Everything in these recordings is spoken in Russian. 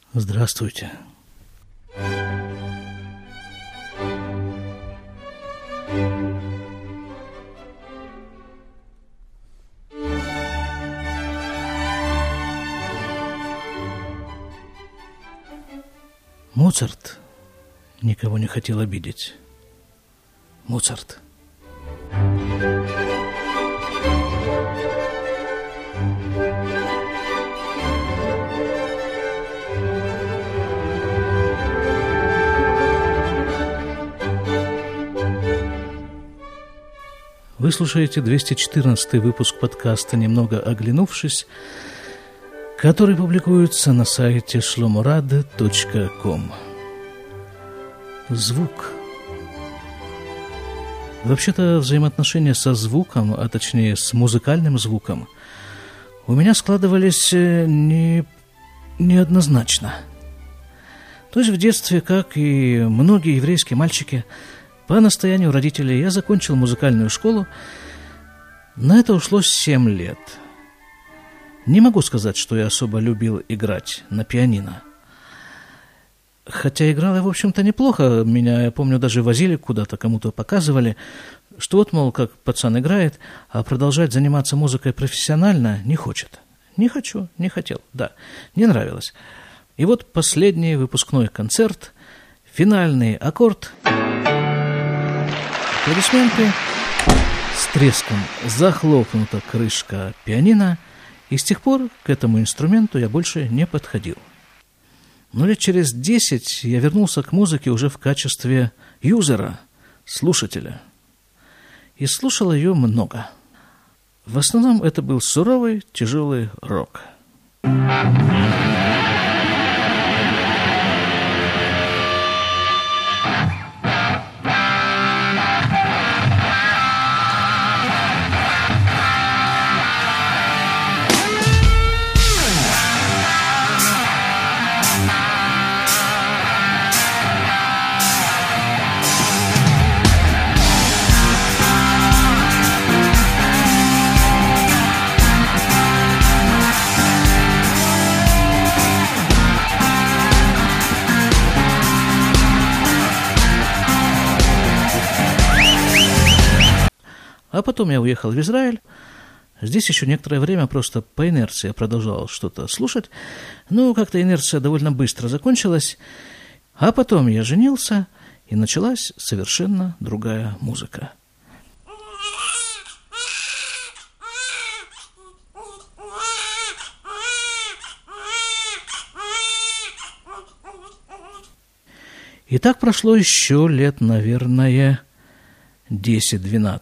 Здравствуйте. Моцарт никого не хотел обидеть. Моцарт. Вы слушаете 214 выпуск подкаста «Немного оглянувшись», который публикуется на сайте shlomorad.com. Звук. Вообще-то взаимоотношения со звуком, а точнее с музыкальным звуком, у меня складывались неоднозначно. То есть в детстве, как и многие еврейские мальчики, по настоянию родителей я закончил музыкальную школу. На это ушло 7 лет. Не могу сказать, что я особо любил играть на пианино. Хотя играл я, в общем-то, неплохо. Меня, я помню, даже возили куда-то, кому-то показывали, что вот, мол, как пацан играет, а продолжать заниматься музыкой профессионально не хочет. Не хочу, не хотел, да, не нравилось. И вот последний выпускной концерт, финальный аккорд. Аплодисменты. С треском захлопнута крышка пианино, и с тех пор к этому инструменту я больше не подходил. Но лет через 10 я вернулся к музыке уже в качестве юзера, слушателя. И слушал ее много. В основном это был суровый, тяжелый рок. А потом я уехал в Израиль. Здесь еще некоторое время просто по инерции я продолжал что-то слушать. Но как-то инерция довольно быстро закончилась. А потом я женился, и началась совершенно другая музыка. И так прошло еще лет, наверное, 10-12.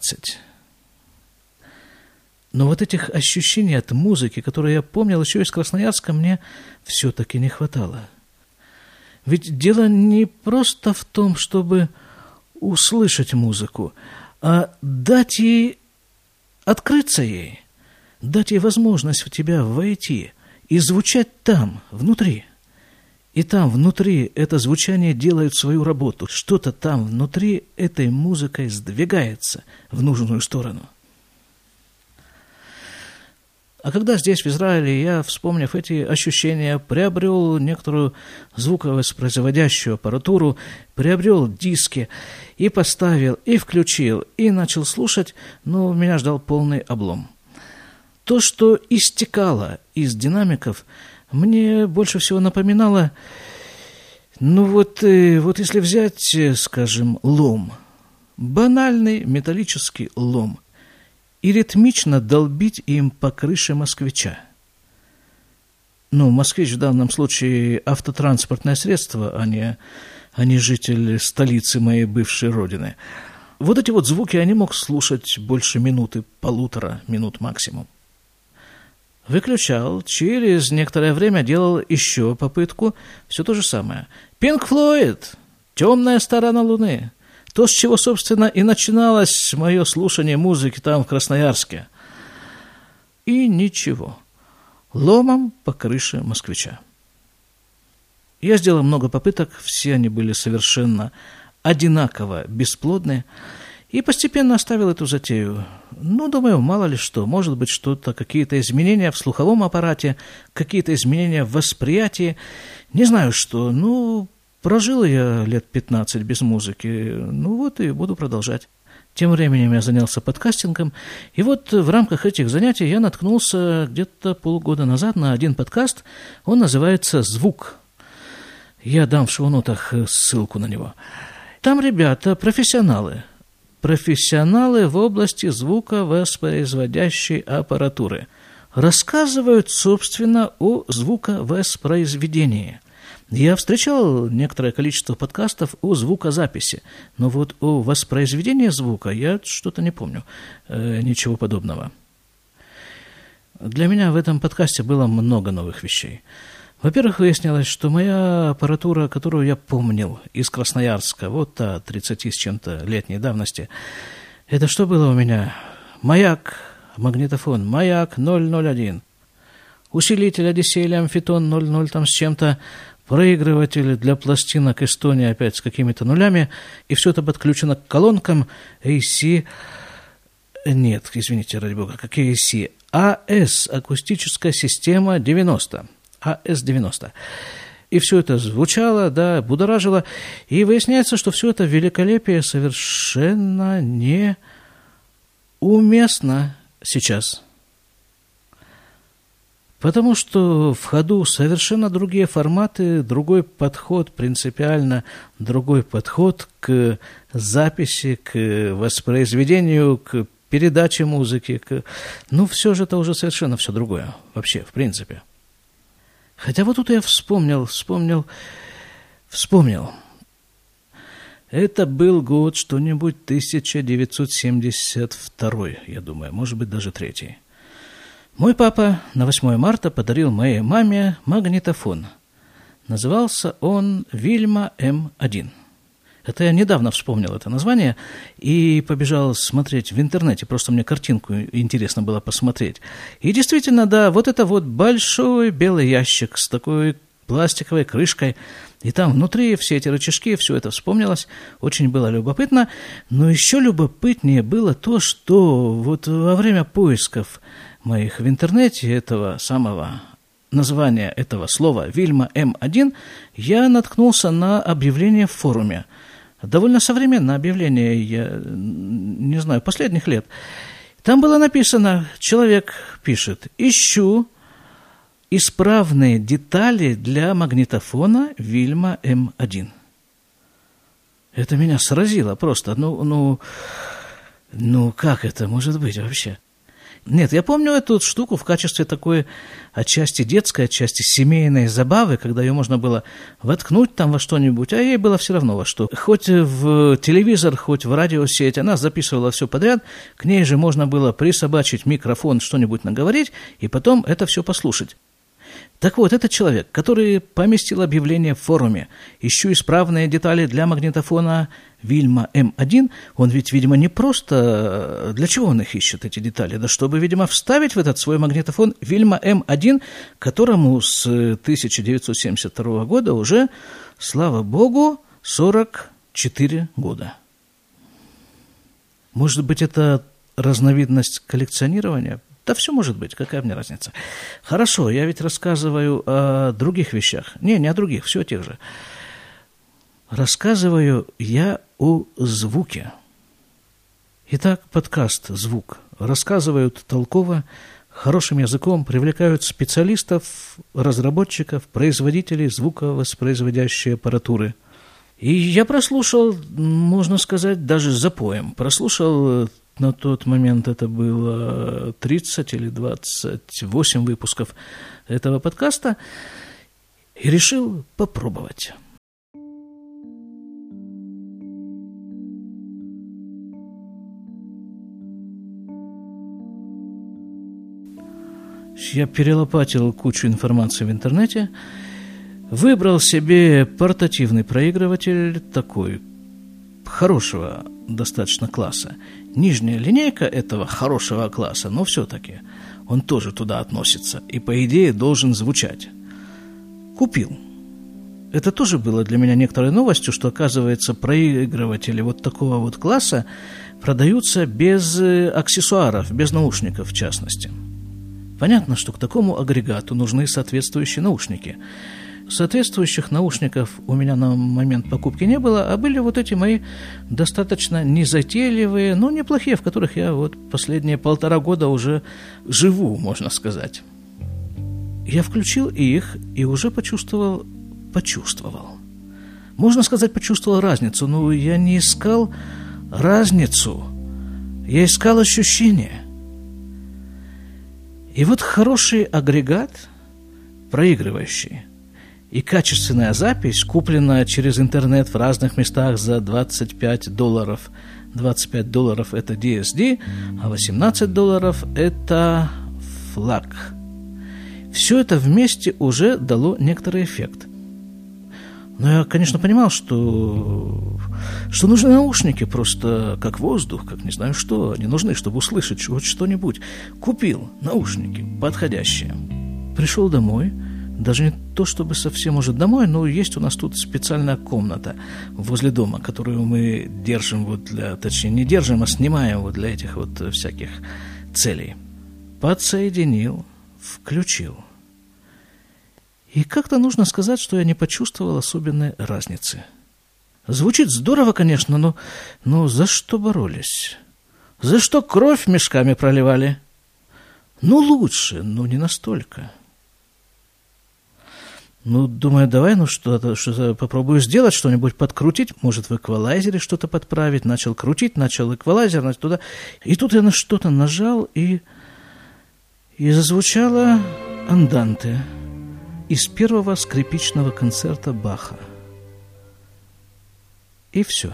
Но вот этих ощущений от музыки, которые я помнил еще из Красноярска, мне все-таки не хватало. Ведь дело не просто в том, чтобы услышать музыку, а дать ей, открыться ей, дать ей возможность в тебя войти и звучать там, внутри. И там, внутри, это звучание делает свою работу. Что-то там, внутри, этой музыкой сдвигается в нужную сторону. А когда здесь, в Израиле, я, вспомнив эти ощущения, приобрел некоторую звуковоспроизводящую аппаратуру, приобрел диски и поставил, и включил, и начал слушать, но меня ждал полный облом. То, что истекало из динамиков, мне больше всего напоминало, вот если взять, скажем, лом, банальный металлический лом, и ритмично долбить им по крыше москвича. Москвич в данном случае автотранспортное средство, а не житель столицы моей бывшей родины. Вот эти вот звуки я не мог слушать больше минуты, 1,5 минут максимум. Выключал, через некоторое время делал еще попытку, все то же самое. Pink Floyd, «Темная сторона Луны». То, с чего, собственно, и начиналось мое слушание музыки там, в Красноярске. И ничего. Ломом по крыше москвича. Я сделал много попыток, все они были совершенно одинаково бесплодные. И постепенно оставил эту затею. Ну, думаю, мало ли что, может быть, что-то, какие-то изменения в слуховом аппарате, какие-то изменения в восприятии. Не знаю что, ну, прожил я лет 15 без музыки, ну вот и буду продолжать. Тем временем я занялся подкастингом, и вот в рамках этих занятий я наткнулся где-то полгода назад на один подкаст, он называется «Звук». Я дам в шоу-нотах ссылку на него. Там ребята профессионалы в области звуковоспроизводящей аппаратуры. Рассказывают, собственно, о звуковоспроизведении. Я встречал некоторое количество подкастов о звукозаписи, но вот о воспроизведении звука я что-то не помню, ничего подобного. Для меня в этом подкасте было много новых вещей. Во-первых, выяснилось, что моя аппаратура, которую я помнил из Красноярска, вот та 30 с чем-то летней давности, это что было у меня? Маяк, магнитофон, Маяк 001, усилитель Одиссей или Амфитон 00 там с чем-то, проигрыватель для пластинок Эстония опять с какими-то нулями, и все это подключено к колонкам AC, нет, извините, ради бога, какие AC? АС, акустическая система 90. АС-90. И все это звучало, да, будоражило. И выясняется, что все это великолепие совершенно неуместно сейчас. Потому что в ходу совершенно другие форматы, другой подход, принципиально другой подход к записи, к воспроизведению, к передаче музыки. Ну, все же это уже совершенно все другое, вообще, в принципе. Хотя вот тут я вспомнил. Это был год что-нибудь 1972, я думаю, может быть, даже 3. Мой папа на 8 марта подарил моей маме магнитофон. Назывался он «Вильма М1». Это я недавно вспомнил это название и побежал смотреть в интернете. Просто мне картинку интересно было посмотреть. И действительно, да, вот это вот большой белый ящик с такой пластиковой крышкой. И там внутри все эти рычажки, все это вспомнилось. Очень было любопытно. Но еще любопытнее было то, что вот во время поисков моих в интернете этого самого названия этого слова «Вильма М1» я наткнулся на объявление в форуме. Довольно современное объявление, я не знаю, последних лет. Там было написано, человек пишет: «Ищу исправные детали для магнитофона Вильма М1». Это меня сразило просто. Ну, как это может быть вообще? Нет, я помню эту штуку в качестве такой отчасти детской, отчасти семейной забавы, когда ее можно было воткнуть там во что-нибудь, а ей было все равно во что. Хоть в телевизор, хоть в радиосеть, она записывала все подряд, к ней же можно было присобачить микрофон, что-нибудь наговорить, и потом это все послушать. Так вот, этот человек, который поместил объявление в форуме «Ищу исправные детали для магнитофона Вильма М1», он ведь, видимо, не просто... Для чего он их ищет, эти детали? Да чтобы, видимо, вставить в этот свой магнитофон Вильма М1, которому с 1972 года уже, слава богу, 44 года. Может быть, это разновидность коллекционирования? Да все может быть, какая мне разница. Хорошо, я ведь рассказываю о других вещах. Не о других, все о тех же. Рассказываю я о звуке. Итак, подкаст «Звук». Рассказывают толково, хорошим языком, привлекают специалистов, разработчиков, производителей звуковоспроизводящей аппаратуры. И я прослушал, можно сказать, даже с запоем. Прослушал... На тот момент это было 30 или 28 выпусков этого подкаста. И решил попробовать. Я перелопатил кучу информации в интернете. Выбрал себе портативный проигрыватель такой, хорошего достаточно класса. Нижняя линейка этого хорошего класса, но все-таки он тоже туда относится и, по идее, должен звучать. Купил. Это тоже было для меня некоторой новостью, что, оказывается, проигрыватели вот такого вот класса продаются без аксессуаров, без наушников в частности. Понятно, что к такому агрегату нужны соответствующие наушники. Соответствующих наушников у меня на момент покупки не было, а были вот эти мои достаточно незатейливые, но неплохие, в которых я вот последние 1,5 года уже живу, можно сказать. Я включил их и уже почувствовал. Можно сказать, почувствовал разницу, но я не искал разницу, я искал ощущение. И вот хороший агрегат, проигрывающий, и качественная запись, купленная через интернет в разных местах за $25. $25 – это DSD, а $18 – это FLAC. Все это вместе уже дало некоторый эффект. Но я, конечно, понимал, что нужны наушники, просто как воздух, как не знаю что. Они нужны, чтобы услышать хоть что-нибудь. Купил наушники подходящие. Пришел домой. Даже не то, чтобы совсем уже домой, но есть у нас тут специальная комната возле дома, которую мы держим точнее, не держим, а снимаем вот для этих вот всяких целей. Подсоединил, включил. И как-то нужно сказать, что я не почувствовал особенной разницы. Звучит здорово, конечно, но за что боролись? За что кровь мешками проливали? Лучше, но не настолько. Думаю, давай, что-то попробую сделать, что-нибудь подкрутить, может, в эквалайзере что-то подправить. Начал крутить, начал эквалайзер, туда. И тут я на что-то нажал, и зазвучало анданте из первого скрипичного концерта Баха. И все.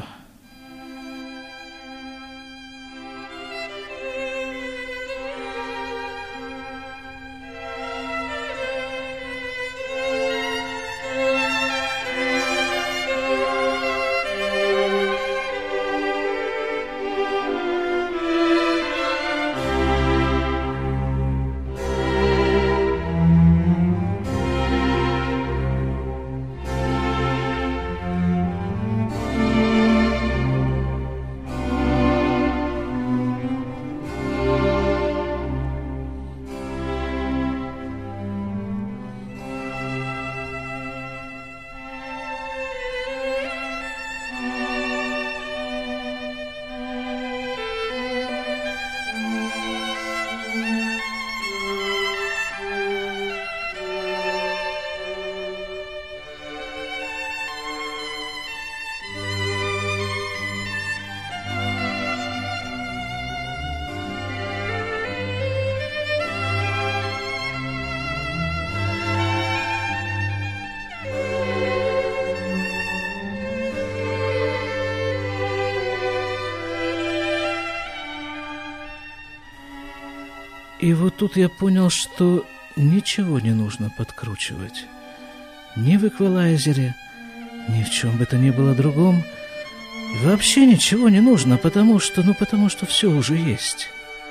И вот тут я понял, что ничего не нужно подкручивать. Ни в эквалайзере, ни в чем бы то ни было другом. И вообще ничего не нужно, потому что все уже есть.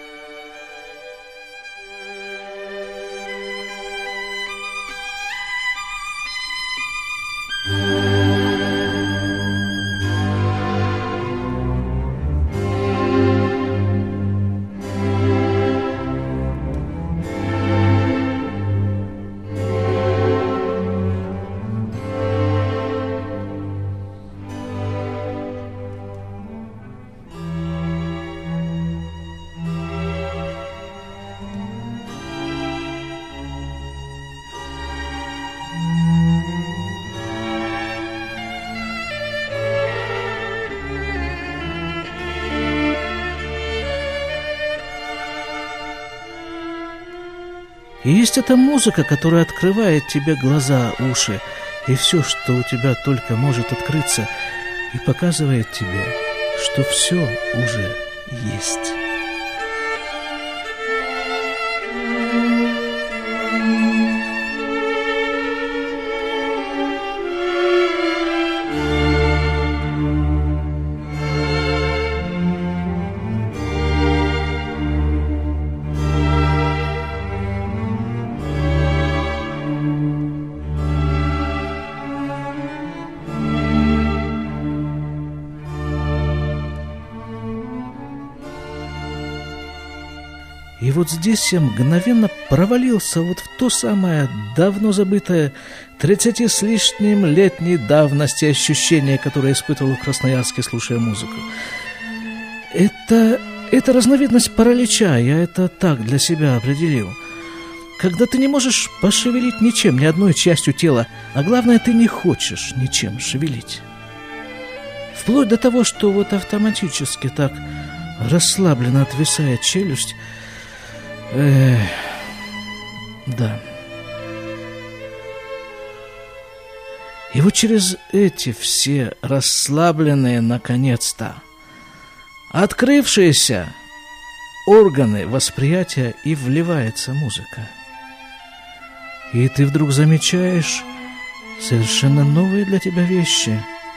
И есть эта музыка, которая открывает тебе глаза, уши, и все, что у тебя только может открыться, и показывает тебе, что все уже есть. И вот здесь я мгновенно провалился вот в то самое давно забытое 30 с лишним летней давности ощущение, которое испытывал в Красноярске, слушая музыку. Это разновидность паралича, я это так для себя определил. Когда ты не можешь пошевелить ничем, ни одной частью тела, а главное, ты не хочешь ничем шевелить. Вплоть до того, что вот автоматически так расслабленно отвисает челюсть. Да. И вот через эти все расслабленные, наконец-то, открывшиеся органы восприятия и вливается музыка. И ты вдруг замечаешь совершенно новые для тебя вещи.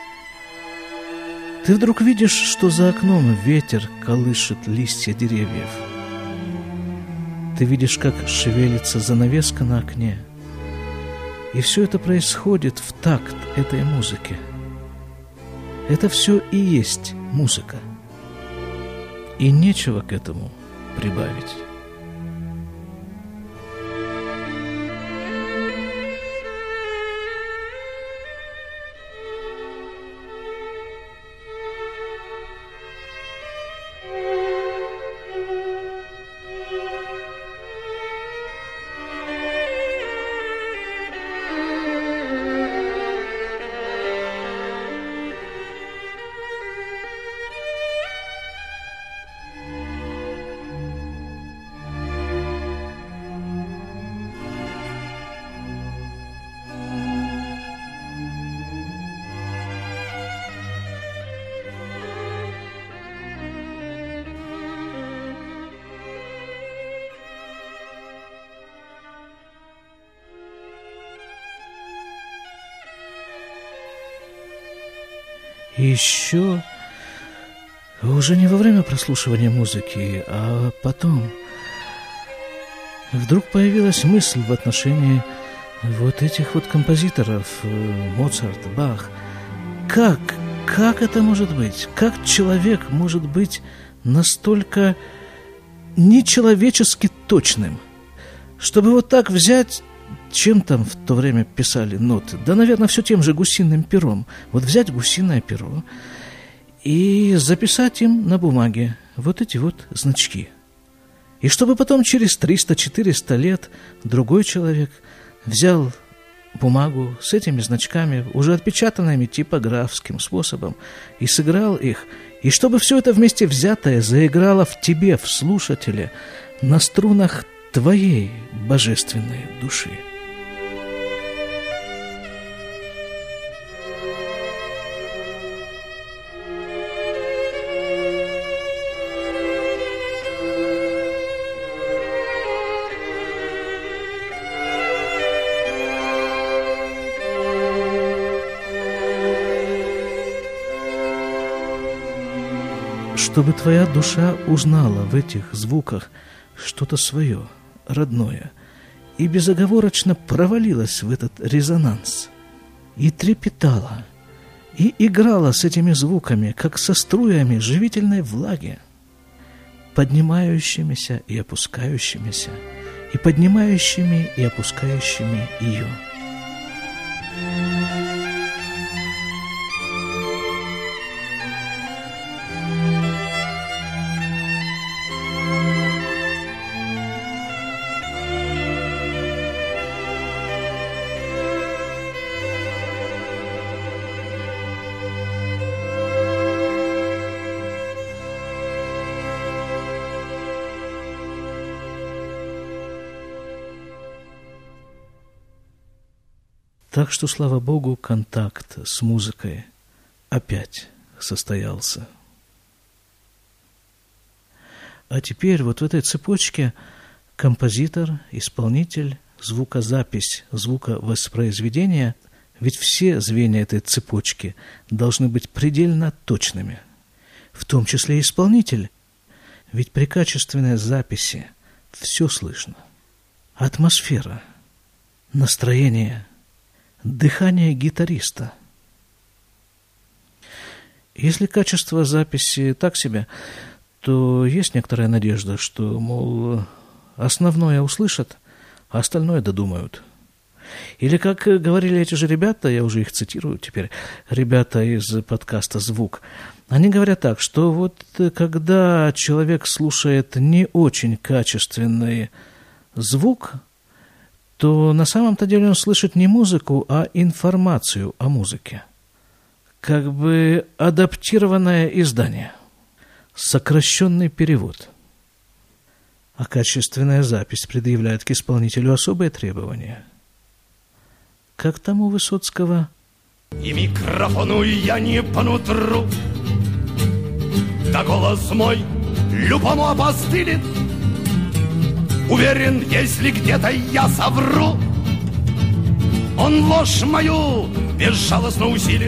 Ты вдруг видишь, что за окном ветер колышет листья деревьев. Ты видишь, как шевелится занавеска на окне. И все это происходит в такт этой музыке. Это все и есть музыка. И нечего к этому прибавить. И еще, уже не во время прослушивания музыки, а потом, вдруг появилась мысль в отношении вот этих вот композиторов, Моцарт, Бах. Как это может быть? Как человек может быть настолько нечеловечески точным, чтобы вот так взять... Чем там в то время писали ноты? Да, наверное, все тем же гусиным пером. Вот взять гусиное перо и записать им на бумаге вот эти вот значки. И чтобы потом через 300-400 лет другой человек взял бумагу с этими значками, уже отпечатанными типографским способом, и сыграл их. И чтобы все это вместе взятое заиграло в тебе, в слушателе, на струнах твоей божественной души. Чтобы твоя душа узнала в этих звуках что-то свое, родное, и безоговорочно провалилась в этот резонанс, и трепетала, и играла с этими звуками, как со струями живительной влаги, поднимающимися и опускающимися, и поднимающими и опускающими ее. Так что, слава Богу, контакт с музыкой опять состоялся. А теперь вот в этой цепочке композитор, исполнитель, звукозапись, звуковоспроизведение, ведь все звенья этой цепочки должны быть предельно точными, в том числе и исполнитель, ведь при качественной записи все слышно. Атмосфера, настроение, дыхание гитариста. Если качество записи так себе, то есть некоторая надежда, что, мол, основное услышат, а остальное додумают. Или, как говорили эти же ребята, я уже их цитирую теперь, ребята из подкаста «Звук», они говорят так, что вот когда человек слушает не очень качественный звук, то на самом-то деле он слышит не музыку, а информацию о музыке. Как бы адаптированное издание, сокращенный перевод. А качественная запись предъявляет к исполнителю особые требования. Как там у Высоцкого? И микрофону я не по нутру, да голос мой любому опостылит. Уверен, если где-то я совру, он ложь мою безжалостно усилит.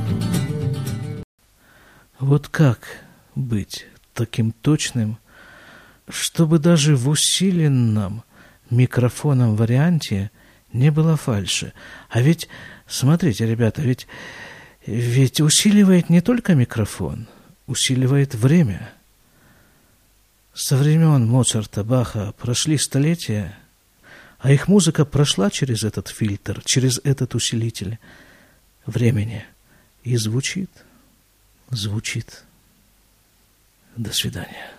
Вот как быть таким точным, чтобы даже в усиленном микрофоном варианте не было фальши? А ведь, смотрите, ребята, ведь усиливает не только микрофон, усиливает время. Со времен Моцарта, Баха прошли столетия, а их музыка прошла через этот фильтр, через этот усилитель времени и звучит. До свидания.